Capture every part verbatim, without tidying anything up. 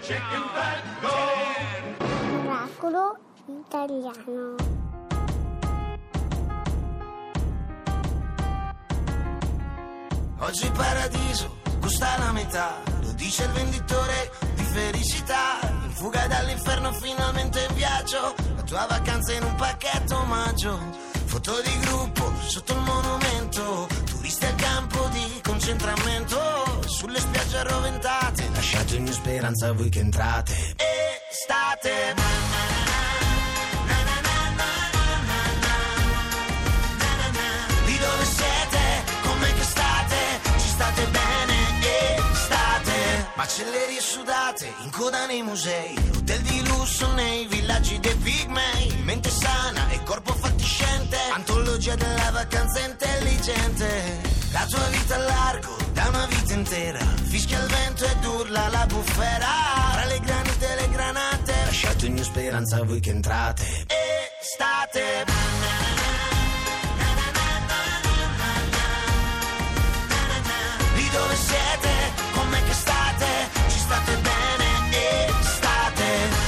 chicken fat go. Miracolo italiano. Oggi il paradiso costa la metà, lo dice il venditore di felicità. In fuga dall'inferno finalmente in viaggio, la tua vacanza in un pacchetto omaggio. Foto di gruppo sotto il monumento, turisti al campo di concentramento, sulle spiagge arroventate, lasciate ogni speranza a voi che entrate. Estate. Di dove siete? Com'è che state? Ci state bene? Estate. Macellerie sudate, in coda nei musei, hotel di lusso nei villaggi dei pigmei, mente sana e corpo fatiscente, antologia della vacanza intelligente. La tua vita a largo da una vita intera, fischia il vento ed urla la bufera. Tra le granite e le granate, lasciate ogni speranza a voi che entrate. Estate. Di dove siete? Com'è che state? Ci state bene? Estate.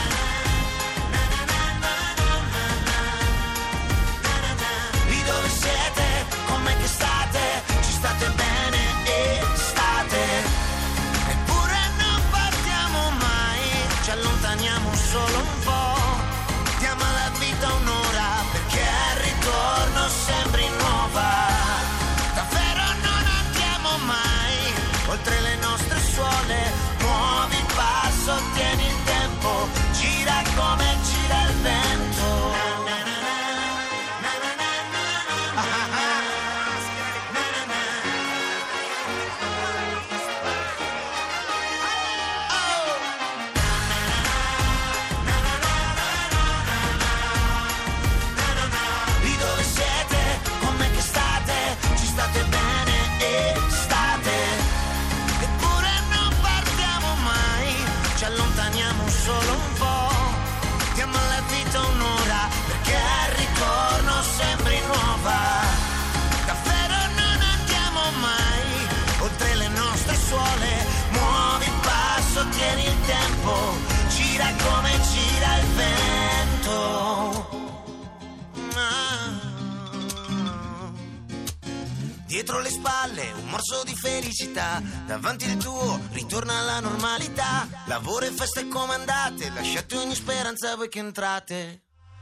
Di dove siete? Com'è che state? Ci state bene? Estate. Eppure non partiamo mai, ci allontaniamo solo un po'. Diamo alla vita un'ora perché al ritorno sembri nuova. Davvero non andiamo mai oltre le nostre suole. Muovi il passo, tieni il tempo, gira come gira il vento. Di dove siete? Com'è che state? Ci state bene? Estate. Eppure non partiamo mai, ci allontaniamo solo un po'. Diamo alla vita un'ora perché al ritorno sembri nuova. Davvero non andiamo mai oltre le nostre suole. Muovi il passo, tieni il tempo, gira come gira il vento. Dietro le spalle un morso di felicità, davanti il tuo ritorna alla normalità. Lavoro e feste comandate, lasciate ogni speranza a voi che entrate.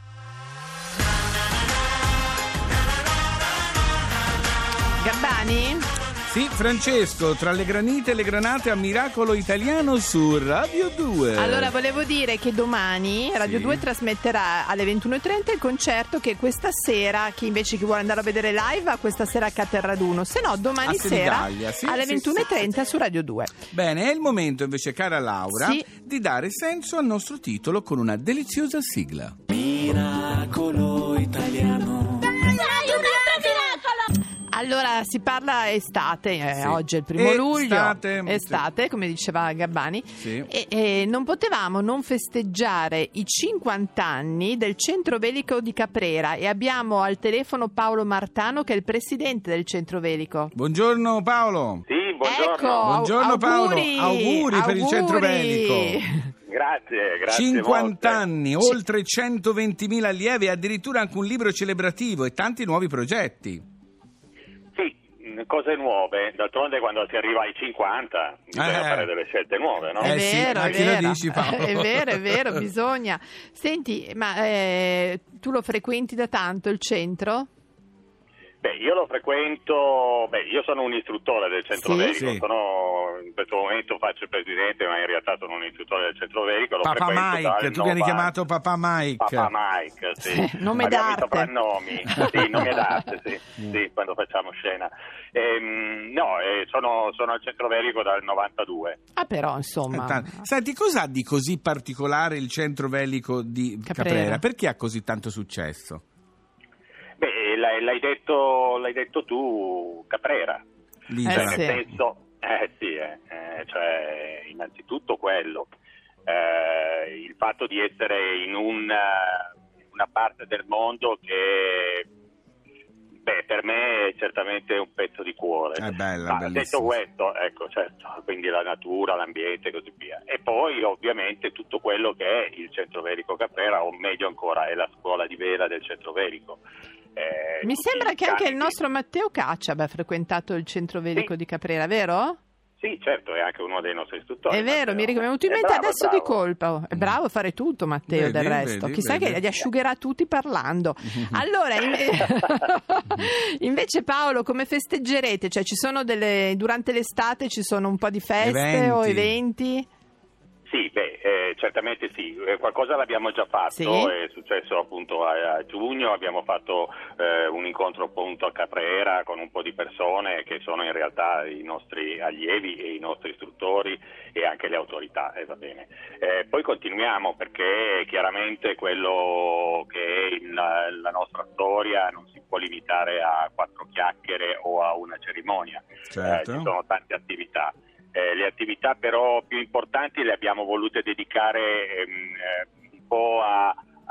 Gabbani? Sì, Francesco, tra le granite e le granate a Miracolo Italiano su Radio due. Allora, volevo dire che domani Radio Sì. due trasmetterà alle ventuno e trenta il concerto che questa sera, chi invece chi vuole andare a vedere live, va questa sera a Caterraduno. Se no, domani A sera Senigallia, sì, alle sì, ventuno e sì, trenta su Radio due. Bene, è il momento invece, cara Laura, Sì. di dare senso al nostro titolo con una deliziosa sigla. Miracolo italiano. Allora, si parla estate, eh, Sì. oggi è il primo luglio, Estate, estate, come diceva Gabbani, Sì. e, e non potevamo non festeggiare i cinquanta anni del centro velico di Caprera e abbiamo al telefono Paolo Martano, che è il presidente del centro velico. Buongiorno Paolo. Sì, buongiorno. Ecco, Buongiorno, Paolo. auguri, Auguri per il centro velico. Grazie, grazie cinquanta molte. anni, oltre centoventimila allievi, addirittura anche un libro celebrativo e tanti nuovi progetti. Sì, cose nuove. D'altronde quando si arriva ai cinquanta bisogna Eh. fare delle scelte nuove, no? È Eh sì, vero, a è chi lo vero. dici, Paolo? È vero, è vero, bisogna. Senti, ma eh, tu lo frequenti da tanto il centro? Beh, io lo frequento, beh, io sono un istruttore del centro Sì? velico, Sì. sono, in questo momento faccio il presidente, ma in realtà sono un istruttore del centro velico. Lo Papà frequento Mike, dal tu vieni novanta. chiamato Papà Mike. Papà Mike, sì. Sì, nome Abbiamo i d'arte. soprannomi, sì, nome d'arte, sì, sì, quando facciamo scena. Ehm, no, eh, sono, sono al centro velico dal novantadue. Ah, però, insomma. Tanto. Senti, cos'ha di così particolare il centro velico di Caprera. Caprera? Perché ha così tanto successo? Beh, l'hai, l'hai detto, l'hai detto tu, Caprera. L'isola. Eh, Nel sì. senso, eh sì, eh, eh, cioè, innanzitutto quello, eh, il fatto di essere in un, una parte del mondo che, beh, per me è certamente un pezzo di cuore. È bella, Ma bellissima. detto questo, ecco, certo, quindi la natura, l'ambiente e così via. E poi ovviamente tutto quello che è il Centro Velico Caprera, o meglio ancora è la scuola di vela del Centro Velico. Eh, Mi sembra che anche il canti- nostro Matteo Caccia abbia frequentato il Centro Velico Sì. di Caprera, vero? Sì, certo, è anche uno dei nostri istruttori. È vero, Matteo. mi ricordo, mi è venuto in È mente bravo, adesso bravo. di colpa. È bravo a fare tutto Matteo, Vedi, del resto. vedi, Chissà vedi. che li asciugherà tutti parlando. Allora, inve- invece Paolo, come festeggerete? Cioè, ci sono delle durante l'estate ci sono un po' di feste Eventi. o eventi? Sì, beh, eh, certamente sì, eh, qualcosa l'abbiamo già fatto, Sì. è successo appunto a, a giugno, abbiamo fatto eh, un incontro appunto a Caprera con un po' di persone che sono in realtà i nostri allievi e i nostri istruttori e anche le autorità, eh, va bene. Eh, poi continuiamo perché chiaramente quello che è il- la nostra storia non si può limitare a quattro chiacchiere o a una cerimonia, Certo. Eh, ci sono tante attività. Eh, le attività però più importanti le abbiamo volute dedicare ehm, eh, un po' a,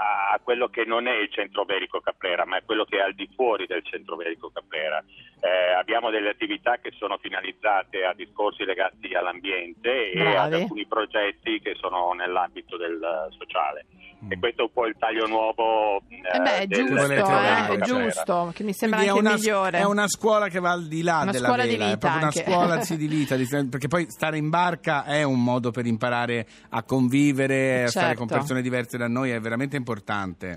a quello che non è il Centro Velico Caprera, ma è quello che è al di fuori del Centro Velico Caprera. Eh, abbiamo delle attività che sono finalizzate a discorsi legati all'ambiente e ad Bravi. alcuni progetti che sono nell'ambito del sociale. E questo è un po' il taglio nuovo. Eh beh, è del giusto, volete Centro vedere. eh, Velico è Caprera. giusto, che mi sembra Quindi anche è una, il migliore. è una scuola che va al di là Una della scuola di vela, è vita proprio anche. una scuola sì, di vita, di- perché poi stare in barca è un modo per imparare a convivere, a stare Certo. con persone diverse da noi, è veramente importante.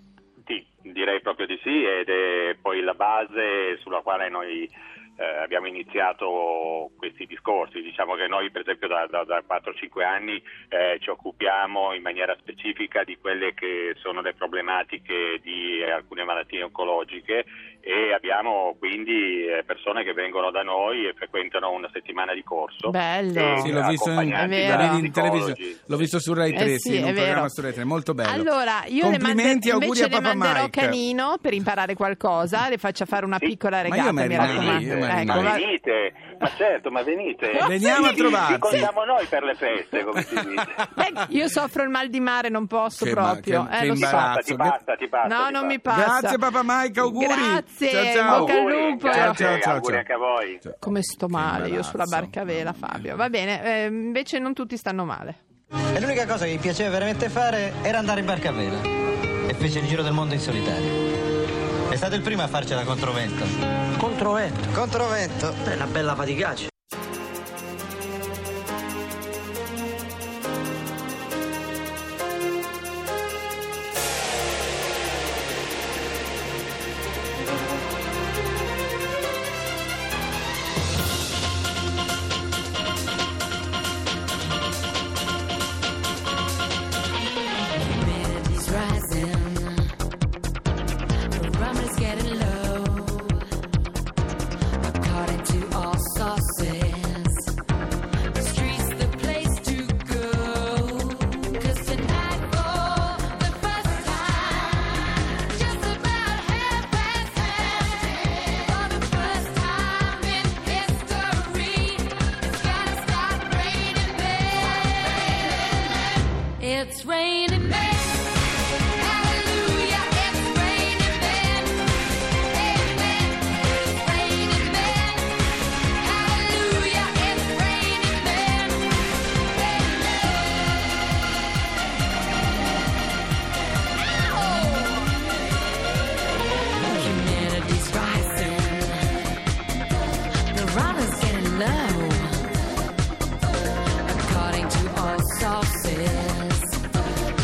Sì, direi proprio di sì, ed è poi la base sulla quale noi eh, abbiamo iniziato questi discorsi. Diciamo che noi per esempio da, da, da quattro cinque anni eh, ci occupiamo in maniera specifica di quelle che sono le problematiche di alcune malattie oncologiche e abbiamo quindi eh, persone che vengono da noi e frequentano una settimana di corso. Bello. E Sì, l'ho visto in, accompagnati È vero. la da vedi in televisione, psicologi. l'ho visto su Rai tre, Eh sì, sì, in è un programma vero. su Rai tre, molto bello. Allora, io le mando, Complimenti, auguri invece a le Papa manderò Mike. Canino per imparare qualcosa, le faccia fare una Sì. piccola Ma io regata, mi mi arrivo lì, raccomando. io mi Ecco, arrivo Ma va- venite, ma certo, ma venite. Veniamo a Ci- trovarci. Ci contiamo noi per le feste, come si dice. Beh, io soffro il mal di mare, non posso Che ma- proprio. che- eh, che lo so. imbarazzo. Ti basta, ti basta. No, ti non mi basta. passa. Grazie Papa Mike, auguri. Grazie, Ciao, in ciao. bocca al Auguri, lupo. grazie, Ciao, ciao, auguri ciao. anche a voi. Come sto male io imbarazzo. sulla barca a vela, Fabio. Va bene, eh, invece non tutti stanno male. E l'unica cosa che gli piaceva veramente fare era andare in barca a vela. E fece il giro del mondo in solitario. È stato il primo a farcela controvento. Controvento. Controvento? È una bella faticaccia. Humidity's rising, the rum is getting low. According to all sources, the street's the place to go. 'Cause tonight, for the first time, just about half past ten, for the first time in history, it's gotta start raining men. It's raining men. Hallelujah, it's raining men. Amen. It's raining men. Hallelujah, it's raining men. Amen. Humidity's rising. The rum is getting low. According to all sources,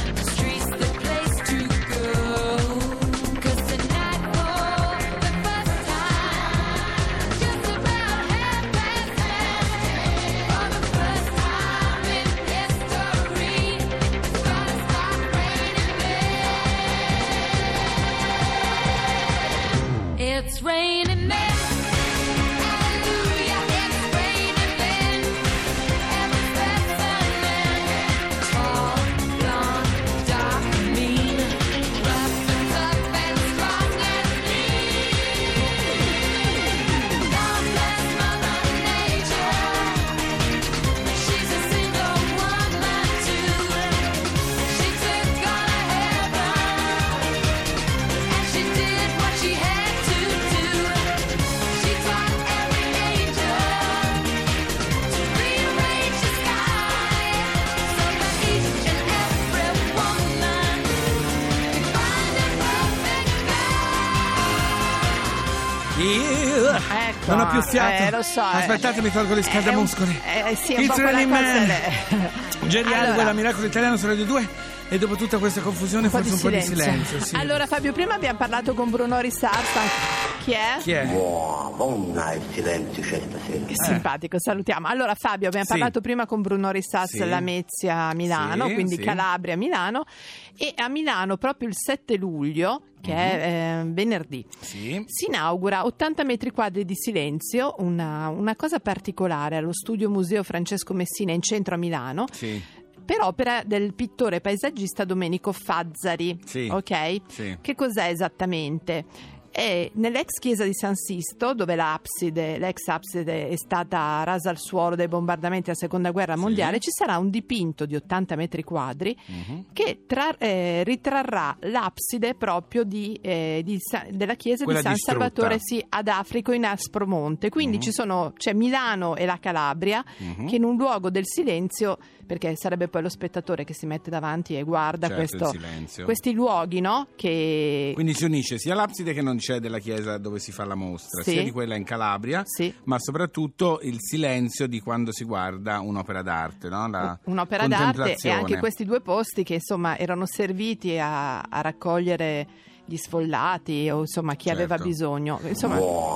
Io Ecco, non ho più fiato. eh, lo so, eh. Aspettate, mi tolgo gli scaldamuscoli. Eh, eh, sì, un Il po' quella Training cosa Man. le- Jerry Allora, Halliwell, Miracolo Italiano su Radio due. E dopo tutta questa confusione un po' forse di un po' di silenzio. silenzio, sì. Allora Fabio, prima abbiamo parlato con Bruno Risarsa. Chi è? Chi è? Buona il silenzio c'è stasera. Che simpatico, salutiamo. Allora Fabio, abbiamo Sì. parlato prima con Bruno Rissas, Sì. Lamezia, Milano, Sì, quindi sì. Calabria, Milano, e a Milano proprio il sette luglio, che è eh, venerdì, Sì. si inaugura ottanta metri quadri di silenzio, una, una cosa particolare allo Studio Museo Francesco Messina in centro a Milano, Sì. per opera del pittore paesaggista Domenico Fazzari. Sì. Ok? Sì. Che cos'è esattamente? È nell'ex chiesa di San Sisto, dove l'abside, l'ex abside è stata rasa al suolo dai bombardamenti della seconda guerra mondiale, ci sarà un dipinto di ottanta metri quadri Mhm. che tra- eh, ritrarrà l'abside proprio di, eh, di Sa- della chiesa Quella di San distrutta. Salvatore sì, ad Africo in Aspromonte. Quindi Mhm. ci sono, c'è Milano e la Calabria Mhm. che in un luogo del silenzio, perché sarebbe poi lo spettatore che si mette davanti e guarda Certo, questo- il silenzio. questi luoghi, no? Che Quindi si unisce sia l'abside che non c'è della chiesa dove si fa la mostra, Sì. sia di quella in Calabria, Sì. ma soprattutto il silenzio di quando si guarda un'opera d'arte, no? La un'opera d'arte e contemplazione. anche questi due posti che insomma erano serviti a, a raccogliere gli sfollati o insomma chi Certo. aveva bisogno. Insomma,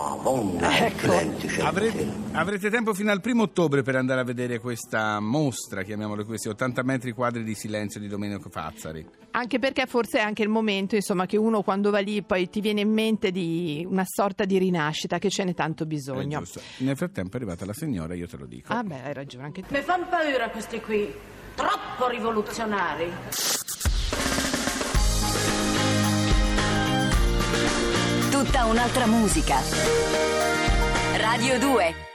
Buona il Ecco. silenzio c'è Avrete, stasera. avrete tempo fino al primo ottobre per andare a vedere questa mostra, chiamiamolo questi ottanta metri quadri di silenzio di Domenico Fazzari. anche perché forse è anche il momento insomma che uno quando va lì poi ti viene in mente di una sorta di rinascita, che ce n'è tanto È bisogno. giusto. Nel frattempo è arrivata la signora, io te lo dico. Ah beh, hai ragione anche tu. Mi fanno paura questi qui, troppo rivoluzionari. Tutta un'altra musica. Radio due.